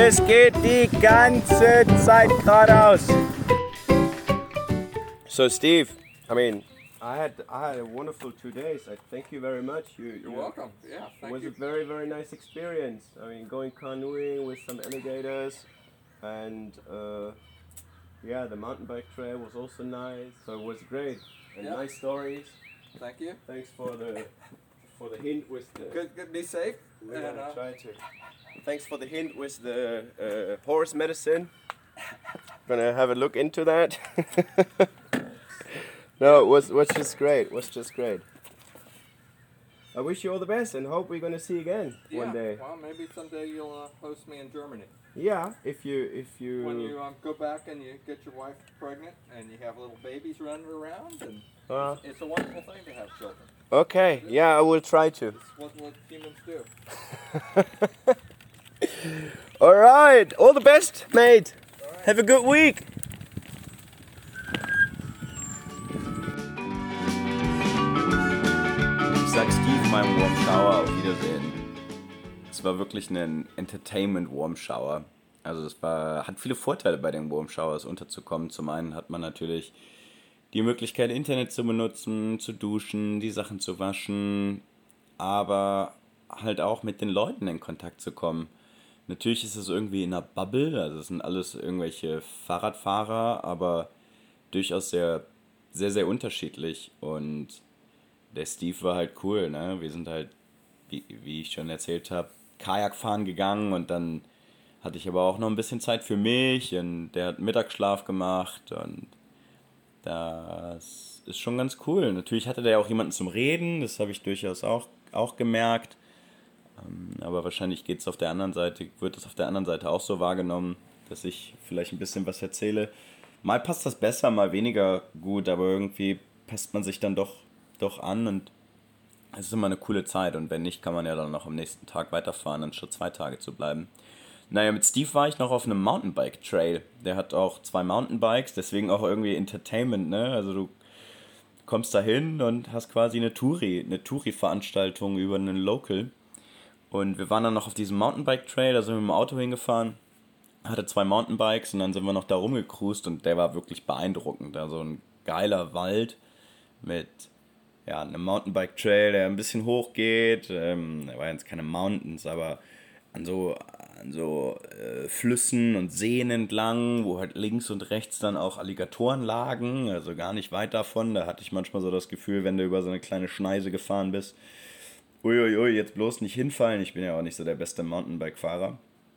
Es geht die ganze Zeit geradeaus. So Steve, I had a wonderful 2 days. I thank you very much. You're welcome. Yeah, it was a very, very nice experience. Going canoeing with some alligators, and the mountain bike trail was also nice. So it was great and nice stories. Thank you. Thanks for the hint with the. Good. Be safe. Try to. Thanks for the hint with the horse medicine. Gonna have a look into that. No, it was just great. I wish you all the best and hope we're gonna see you again one day. Well, maybe someday you'll host me in Germany. Yeah, if you. When you go back and you get your wife pregnant and you have little babies running around, and it's a wonderful thing to have children. Okay, yeah, I will try to. It's what humans do. All right, all the best, mate. Right. Have a good week. Ich sag Steve meinem Warm Shower auf Wiedersehen. Es war wirklich ein Entertainment Warm Shower. Also hat viele Vorteile bei den Warm Showers unterzukommen. Zum einen hat man natürlich die Möglichkeit, Internet zu benutzen, zu duschen, die Sachen zu waschen, aber halt auch mit den Leuten in Kontakt zu kommen. Natürlich ist es irgendwie in einer Bubble, also es sind alles irgendwelche Fahrradfahrer, aber durchaus sehr, sehr, sehr unterschiedlich. Und der Steve war halt cool, ne? Wir sind halt, wie ich schon erzählt habe, Kajak fahren gegangen und dann hatte ich aber auch noch ein bisschen Zeit für mich und der hat Mittagsschlaf gemacht und das ist schon ganz cool. Natürlich hatte der auch jemanden zum Reden, das habe ich durchaus auch gemerkt. Aber wahrscheinlich wird es auf der anderen Seite auch so wahrgenommen, dass ich vielleicht ein bisschen was erzähle. Mal passt das besser, mal weniger gut, aber irgendwie passt man sich dann doch an und es ist immer eine coole Zeit. Und wenn nicht, kann man ja dann noch am nächsten Tag weiterfahren, anstatt 2 Tage zu bleiben. Naja, mit Steve war ich noch auf einem Mountainbike-Trail. Der hat auch 2 Mountainbikes, deswegen auch irgendwie Entertainment, ne? Also du kommst da hin und hast quasi eine Touri-Veranstaltung über einen Local. Und wir waren dann noch auf diesem Mountainbike-Trail, da sind wir mit dem Auto hingefahren, hatte 2 Mountainbikes und dann sind wir noch da rumgecruised und der war wirklich beeindruckend. Also ein geiler Wald mit einem Mountainbike-Trail, der ein bisschen hoch geht. Da waren jetzt keine Mountains, aber an so Flüssen und Seen entlang, wo halt links und rechts dann auch Alligatoren lagen, also gar nicht weit davon. Da hatte ich manchmal so das Gefühl, wenn du über so eine kleine Schneise gefahren bist, uiuiui, jetzt bloß nicht hinfallen. Ich bin ja auch nicht so der beste Mountainbike-Fahrer.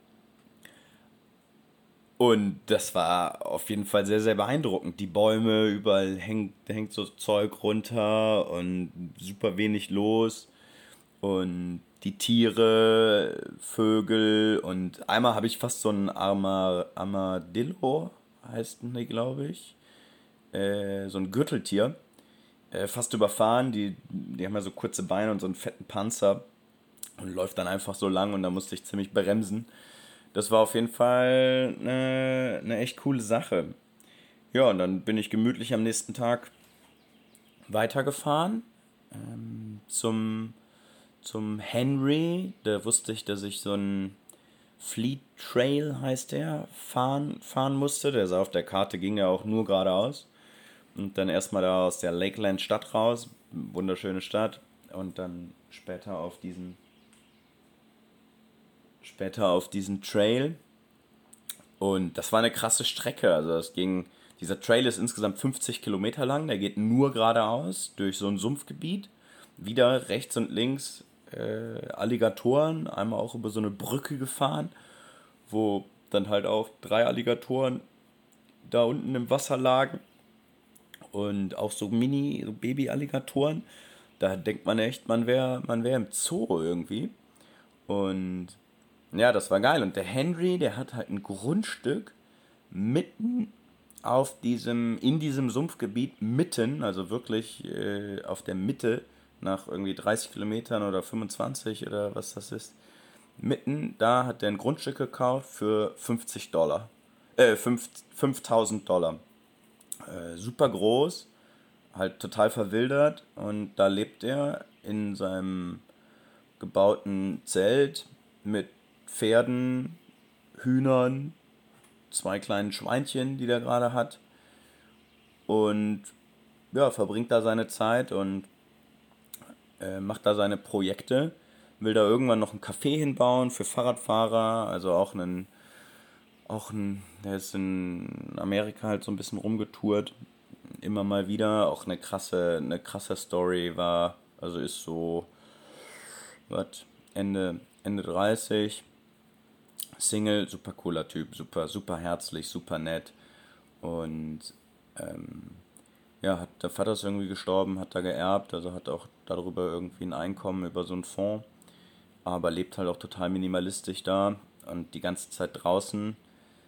Und das war auf jeden Fall sehr, sehr beeindruckend. Die Bäume, überall hängt so Zeug runter und super wenig los. Und die Tiere, Vögel und einmal habe ich fast so ein Armadillo, heißt die, glaube ich. So ein Gürteltier. Fast überfahren, die haben ja so kurze Beine und so einen fetten Panzer und läuft dann einfach so lang und da musste ich ziemlich bremsen. Das war auf jeden Fall eine echt coole Sache. Ja, und dann bin ich gemütlich am nächsten Tag weitergefahren zum Henry. Da wusste ich, dass ich so einen Fleet Trail, heißt der, fahren musste. Der sah auf der Karte, ging ja auch nur geradeaus. Und dann erstmal da aus der Lakeland Stadt raus, wunderschöne Stadt, und dann später auf diesen Trail. Und das war eine krasse Strecke, also dieser Trail ist insgesamt 50 Kilometer lang, der geht nur geradeaus durch so ein Sumpfgebiet, wieder rechts und links Alligatoren, einmal auch über so eine Brücke gefahren, wo dann halt auch 3 Alligatoren da unten im Wasser lagen. Und auch so Baby-Alligatoren. Da denkt man echt, man wäre im Zoo irgendwie. Und ja, das war geil. Und der Henry, der hat halt ein Grundstück mitten in diesem Sumpfgebiet, mitten, also wirklich auf der Mitte, nach irgendwie 30 Kilometern oder 25 oder was das ist, mitten, da hat der ein Grundstück gekauft für $5.000. Super groß, halt total verwildert, und da lebt er in seinem gebauten Zelt mit Pferden, Hühnern, 2 kleinen Schweinchen, die der gerade hat. Und ja, verbringt da seine Zeit und macht da seine Projekte. Will da irgendwann noch ein Café hinbauen für Fahrradfahrer, also der ist in Amerika halt so ein bisschen rumgetourt, immer mal wieder, auch eine krasse Story war, also ist so, was, Ende 30, Single, super cooler Typ, super herzlich, super nett und ja, der Vater ist irgendwie gestorben, hat da geerbt, also hat auch darüber irgendwie ein Einkommen über so einen Fonds, aber lebt halt auch total minimalistisch da und die ganze Zeit draußen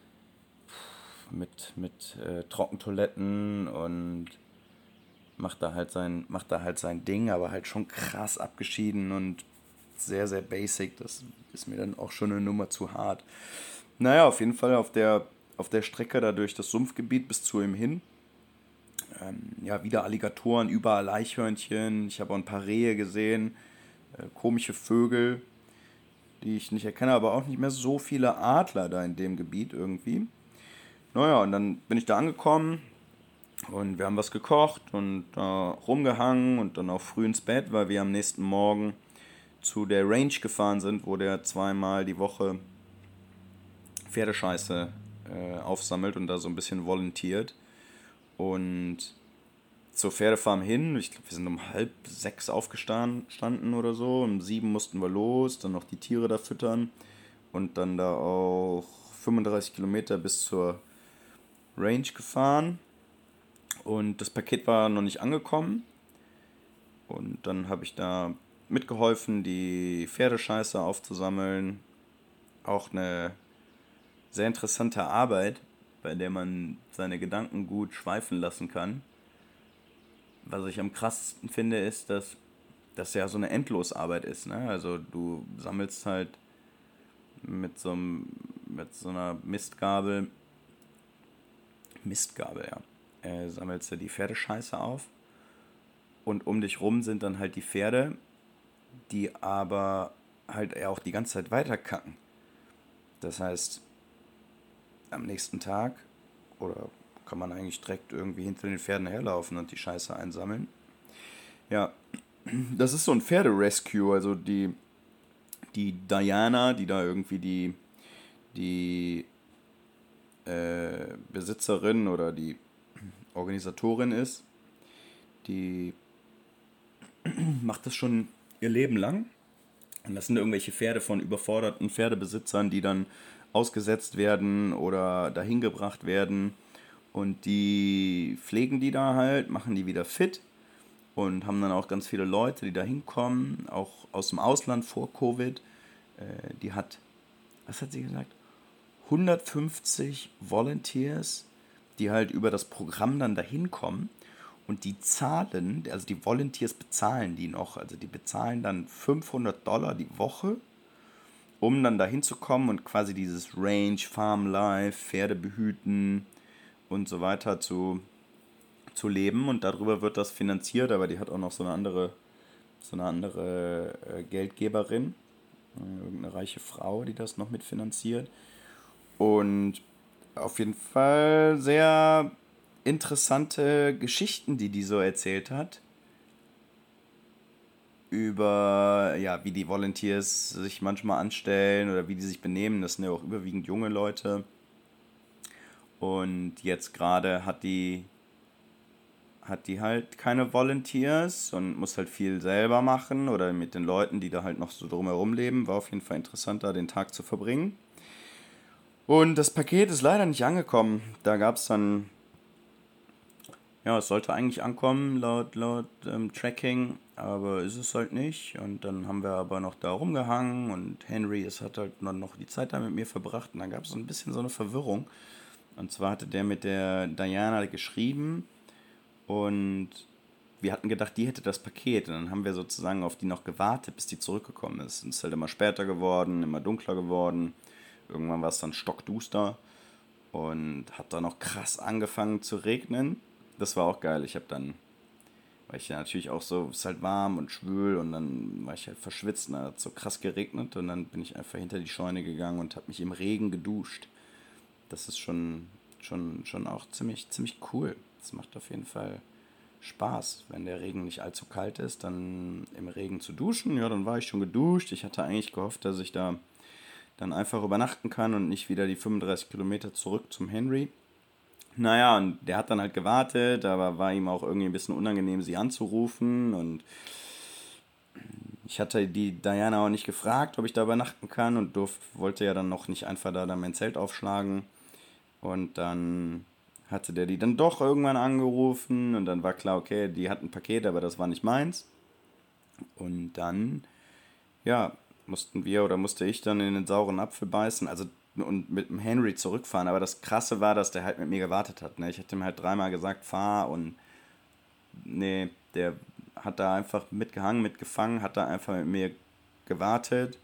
mit Trockentoiletten und macht da halt sein Ding, aber halt schon krass abgeschieden und sehr, sehr basic. Das ist mir dann auch schon eine Nummer zu hart. Naja, auf jeden Fall auf der Strecke da durch das Sumpfgebiet bis zu ihm hin. Ja, wieder Alligatoren, überall Eichhörnchen. Ich habe auch ein paar Rehe gesehen, komische Vögel, die ich nicht erkenne, aber auch nicht mehr so viele Adler da in dem Gebiet irgendwie. Naja, und dann bin ich da angekommen und wir haben was gekocht und rumgehangen und dann auch früh ins Bett, weil wir am nächsten Morgen zu der Range gefahren sind, wo der 2-mal die Woche Pferdescheiße aufsammelt und da so ein bisschen volontiert. Und zur Pferdefarm hin, ich glaube, wir sind um 5:30 aufgestanden oder so, um 7 mussten wir los, dann noch die Tiere da füttern und dann da auch 35 Kilometer bis zur Range gefahren und das Paket war noch nicht angekommen und dann habe ich da mitgeholfen, die Pferdescheiße aufzusammeln. Auch eine sehr interessante Arbeit, bei der man seine Gedanken gut schweifen lassen kann. Was ich am krassesten finde, ist, dass das ja so eine Endlosarbeit ist. Ne? Also du sammelst halt mit so einer Mistgabel, ja, sammelst du die Pferdescheiße auf und um dich rum sind dann halt die Pferde, die aber halt auch die ganze Zeit weiterkacken. Das heißt, am nächsten Tag oder kann man eigentlich direkt irgendwie hinter den Pferden herlaufen und die Scheiße einsammeln. Ja, das ist so ein Pferderescue, also die Diana, die da irgendwie die Besitzerin oder die Organisatorin ist, die macht das schon ihr Leben lang. Und das sind irgendwelche Pferde von überforderten Pferdebesitzern, die dann ausgesetzt werden oder dahin gebracht werden. Und die pflegen die da halt, machen die wieder fit und haben dann auch ganz viele Leute, die da hinkommen, auch aus dem Ausland vor Covid. Die hat, was hat sie gesagt? 150 Volunteers, die halt über das Programm dann dahin kommen und die zahlen, also die Volunteers bezahlen die noch, also die bezahlen dann $500 die Woche, um dann dahin zu kommen und quasi dieses Range, Farm Life, Pferde behüten und so weiter zu leben und darüber wird das finanziert, aber die hat auch noch so eine andere Geldgeberin, irgendeine reiche Frau, die das noch mitfinanziert. Und auf jeden Fall sehr interessante Geschichten, die so erzählt hat. Über, ja, wie die Volunteers sich manchmal anstellen oder wie die sich benehmen. Das sind ja auch überwiegend junge Leute. Und jetzt gerade hat die halt keine Volunteers und muss halt viel selber machen oder mit den Leuten, die da halt noch so drumherum leben. War auf jeden Fall interessant, da den Tag zu verbringen. Und das Paket ist leider nicht angekommen. Da gab es dann, ja, es sollte eigentlich ankommen laut Tracking, aber ist es halt nicht. Und dann haben wir aber noch da rumgehangen und Henry hat halt noch die Zeit da mit mir verbracht. Und dann gab es so ein bisschen so eine Verwirrung. Und zwar hatte der mit der Diana geschrieben und wir hatten gedacht, die hätte das Paket. Und dann haben wir sozusagen auf die noch gewartet, bis die zurückgekommen ist. Und es ist halt immer später geworden, immer dunkler geworden. Irgendwann war es dann stockduster und hat dann auch krass angefangen zu regnen. Das war auch geil. Ich habe dann weil ich ja natürlich auch so, es ist halt warm und schwül und dann war ich halt verschwitzt und dann hat es so krass geregnet und dann bin ich einfach hinter die Scheune gegangen und habe mich im Regen geduscht. Das ist schon auch ziemlich cool. Das macht auf jeden Fall Spaß, wenn der Regen nicht allzu kalt ist, dann im Regen zu duschen. Ja, dann war ich schon geduscht. Ich hatte eigentlich gehofft, dass ich da dann einfach übernachten kann und nicht wieder die 35 Kilometer zurück zum Henry. Naja, und der hat dann halt gewartet, aber war ihm auch irgendwie ein bisschen unangenehm, sie anzurufen. Und ich hatte die Diana auch nicht gefragt, ob ich da übernachten kann und wollte ja dann noch nicht einfach da mein Zelt aufschlagen. Und dann hatte der die dann doch irgendwann angerufen und dann war klar, okay, die hat ein Paket, aber das war nicht meins. Und dann, ja, musste ich dann in den sauren Apfel beißen, also und mit dem Henry zurückfahren. Aber das Krasse war, dass der halt mit mir gewartet hat. Ne? Ich hatte ihm halt dreimal gesagt, fahr und nee, der hat da einfach mitgehangen, mitgefangen, hat da einfach mit mir gewartet.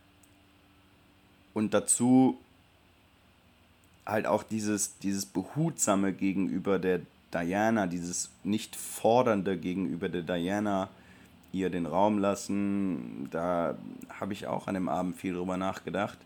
Und dazu halt auch dieses Behutsame gegenüber der Diana, dieses nicht fordernde gegenüber der Diana, ihr den Raum lassen, da habe ich auch an dem Abend viel drüber nachgedacht,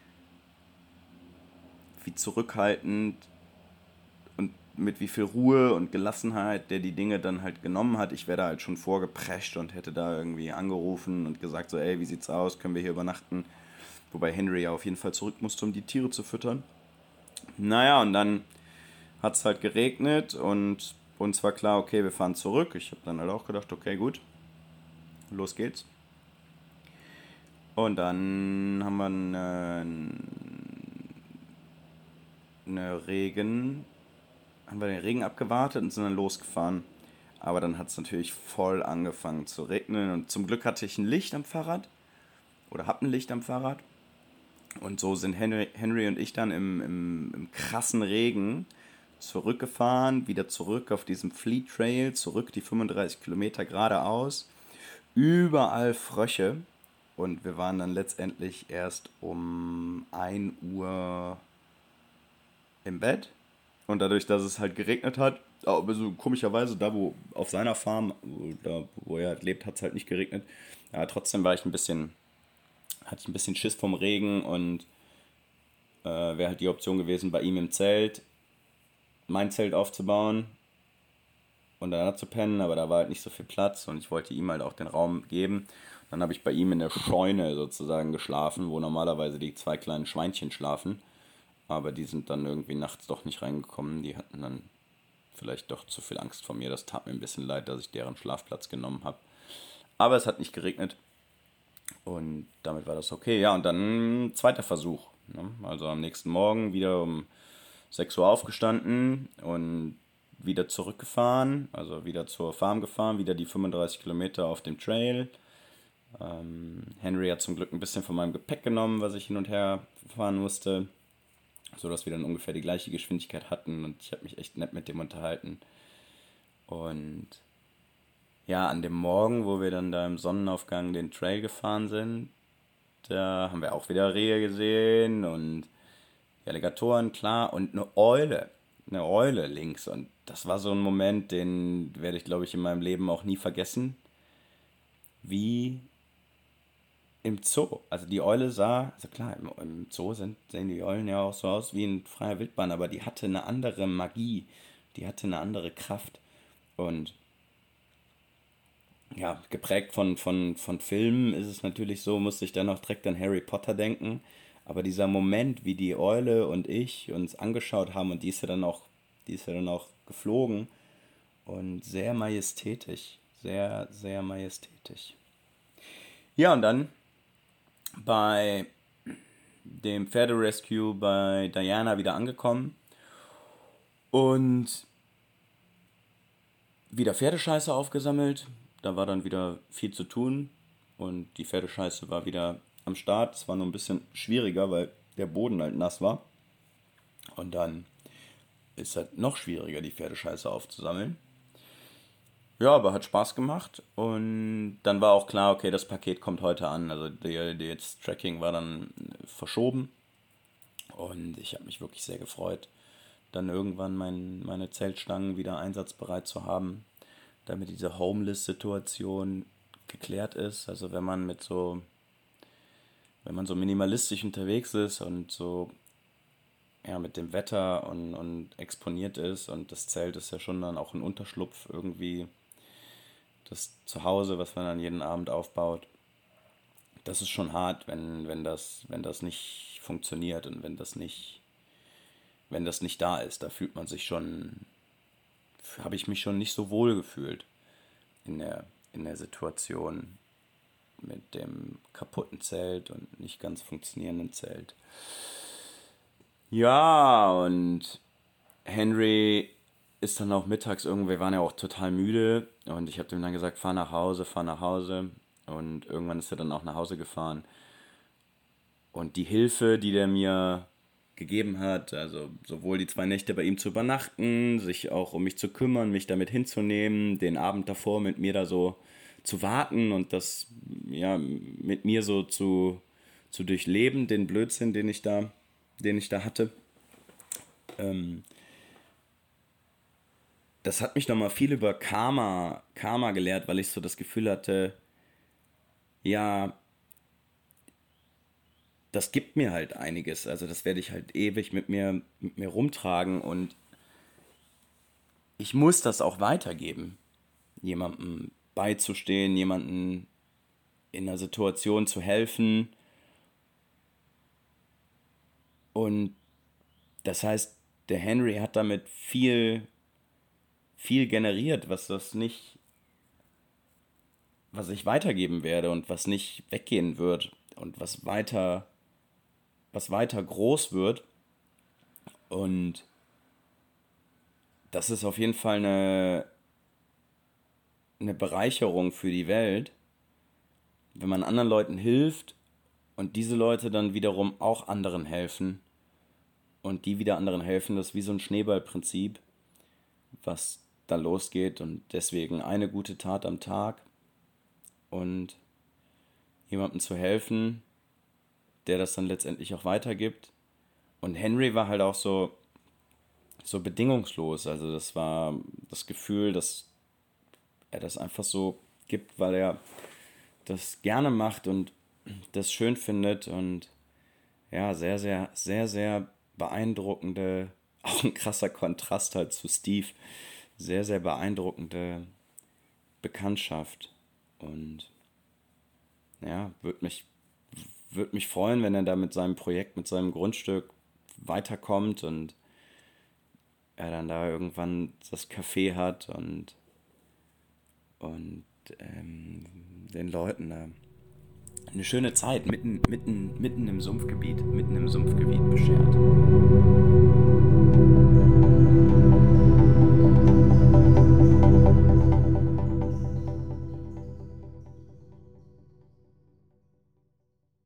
wie zurückhaltend und mit wie viel Ruhe und Gelassenheit der die Dinge dann halt genommen hat. Ich wäre da halt schon vorgeprescht und hätte da irgendwie angerufen und gesagt so, ey, wie sieht's aus, können wir hier übernachten? Wobei Henry ja auf jeden Fall zurück musste, um die Tiere zu füttern. Naja, und dann hat es halt geregnet und uns war klar, okay, wir fahren zurück. Ich habe dann halt auch gedacht, okay, gut, los geht's. Und dann haben wir haben wir den Regen abgewartet und sind dann losgefahren. Aber dann hat es natürlich voll angefangen zu regnen und zum Glück hatte ich ein Licht am Fahrrad oder hab ein Licht am Fahrrad. Und so sind Henry und ich dann im krassen Regen zurückgefahren, wieder zurück auf diesem Fleet Trail, zurück die 35 Kilometer geradeaus, überall Frösche. Und wir waren dann letztendlich erst um 1 Uhr im Bett. Und dadurch, dass es halt geregnet hat, aber so komischerweise, da wo auf seiner Farm, da wo er halt lebt, hat es halt nicht geregnet. Ja, trotzdem hatte ich ein bisschen Schiss vom Regen und wäre halt die Option gewesen, bei ihm im Zelt mein Zelt aufzubauen und dann zu pennen, aber da war halt nicht so viel Platz und ich wollte ihm halt auch den Raum geben. Dann habe ich bei ihm in der Scheune sozusagen geschlafen, wo normalerweise die 2 kleinen Schweinchen schlafen, aber die sind dann irgendwie nachts doch nicht reingekommen. Die hatten dann vielleicht doch zu viel Angst vor mir. Das tat mir ein bisschen leid, dass ich deren Schlafplatz genommen habe. Aber es hat nicht geregnet. Und damit war das okay. Ja, und dann zweiter Versuch. Ne? Also am nächsten Morgen wieder um 6 Uhr aufgestanden und wieder zurückgefahren. Also wieder zur Farm gefahren, wieder die 35 Kilometer auf dem Trail. Henry hat zum Glück ein bisschen von meinem Gepäck genommen, was ich hin und her fahren musste. Sodass wir dann ungefähr die gleiche Geschwindigkeit hatten und ich habe mich echt nett mit dem unterhalten. Und ja, an dem Morgen, wo wir dann da im Sonnenaufgang den Trail gefahren sind, da haben wir auch wieder Rehe gesehen und Alligatoren, klar, und eine Eule links. Und das war so ein Moment, den werde ich, glaube ich, in meinem Leben auch nie vergessen, wie im Zoo. Also die Eule sah, also klar, im Zoo sehen die Eulen ja auch so aus wie in freier Wildbahn, aber die hatte eine andere Magie, die hatte eine andere Kraft. Und ja, geprägt von Filmen ist es natürlich so, musste ich dann auch direkt an Harry Potter denken. Aber dieser Moment, wie die Eule und ich uns angeschaut haben, und die ist ja dann auch geflogen und sehr majestätisch, sehr, sehr majestätisch. Ja, und dann bei dem Pferderescue bei Diana wieder angekommen und wieder Pferdescheiße aufgesammelt. Da war dann wieder viel zu tun und die Pferdescheiße war wieder am Start. Es war nur ein bisschen schwieriger, weil der Boden halt nass war. Und dann ist halt noch schwieriger, die Pferdescheiße aufzusammeln. Ja, aber hat Spaß gemacht und dann war auch klar, okay, das Paket kommt heute an. Also das Tracking war dann verschoben und ich habe mich wirklich sehr gefreut, dann irgendwann meine Zeltstangen wieder einsatzbereit zu haben. damit diese Homeless-Situation geklärt ist. Also wenn man so minimalistisch unterwegs ist und so ja, mit dem Wetter und exponiert ist, und das Zelt ist ja schon dann auch ein Unterschlupf irgendwie, das Zuhause, was man dann jeden Abend aufbaut. Das ist schon hart, wenn das nicht funktioniert und wenn das nicht da ist. Da habe ich mich schon nicht so wohl gefühlt in der Situation mit dem kaputten Zelt und nicht ganz funktionierenden Zelt. Ja, und Henry ist dann auch mittags wir waren ja auch total müde, und ich habe ihm dann gesagt, fahr nach Hause. Und irgendwann ist er dann auch nach Hause gefahren. Und die Hilfe, die der mir gegeben hat, also sowohl die 2 Nächte bei ihm zu übernachten, sich auch um mich zu kümmern, mich damit hinzunehmen, den Abend davor mit mir da so zu warten und das ja mit mir so zu durchleben, den Blödsinn, den ich da hatte. Das hat mich nochmal viel über Karma gelehrt, weil ich so das Gefühl hatte, ja, das gibt mir halt einiges. Also das werde ich halt ewig mit mir rumtragen, und ich muss das auch weitergeben. Jemandem beizustehen, jemandem in einer Situation zu helfen. Und das heißt, der Henry hat damit viel generiert, was ich weitergeben werde und was nicht weggehen wird und was weiter groß wird. Und das ist auf jeden Fall eine Bereicherung für die Welt, wenn man anderen Leuten hilft und diese Leute dann wiederum auch anderen helfen und die wieder anderen helfen. Das ist wie so ein Schneeballprinzip, was da losgeht, und deswegen eine gute Tat am Tag und jemandem zu helfen, der das dann letztendlich auch weitergibt. Und Henry war halt auch so bedingungslos. Also das war das Gefühl, dass er das einfach so gibt, weil er das gerne macht und das schön findet. Und ja, sehr, sehr, sehr, sehr beeindruckende, auch ein krasser Kontrast halt zu Steve, sehr, sehr beeindruckende Bekanntschaft. Und ja, würde mich freuen, wenn er da mit seinem Projekt, mit seinem Grundstück weiterkommt und er dann da irgendwann das Café hat und den Leuten da eine schöne Zeit mitten im Sumpfgebiet beschert.